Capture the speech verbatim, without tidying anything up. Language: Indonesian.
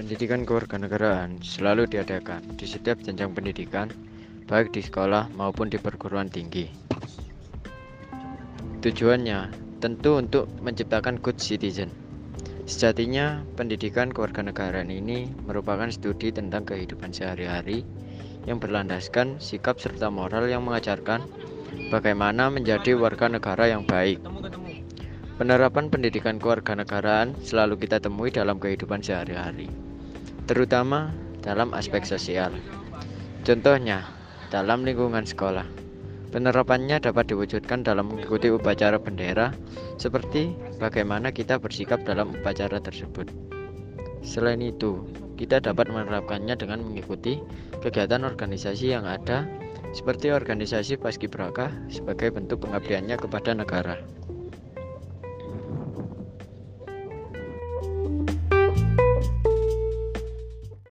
Pendidikan kewarganegaraan selalu diadakan di setiap jenjang pendidikan, baik di sekolah maupun di perguruan tinggi. Tujuannya tentu untuk menciptakan good citizen. Sejatinya, pendidikan kewarganegaraan ini merupakan studi tentang kehidupan sehari-hari yang berlandaskan sikap serta moral yang mengajarkan bagaimana menjadi warga negara yang baik. Penerapan pendidikan kewarganegaraan selalu kita temui dalam kehidupan sehari-hari, terutama dalam aspek sosial. Contohnya, dalam lingkungan sekolah, penerapannya dapat diwujudkan dalam mengikuti upacara bendera, seperti bagaimana kita bersikap dalam upacara tersebut. Selain itu, kita dapat menerapkannya dengan mengikuti kegiatan organisasi yang ada, seperti organisasi Paskibraka sebagai bentuk pengabdiannya kepada negara.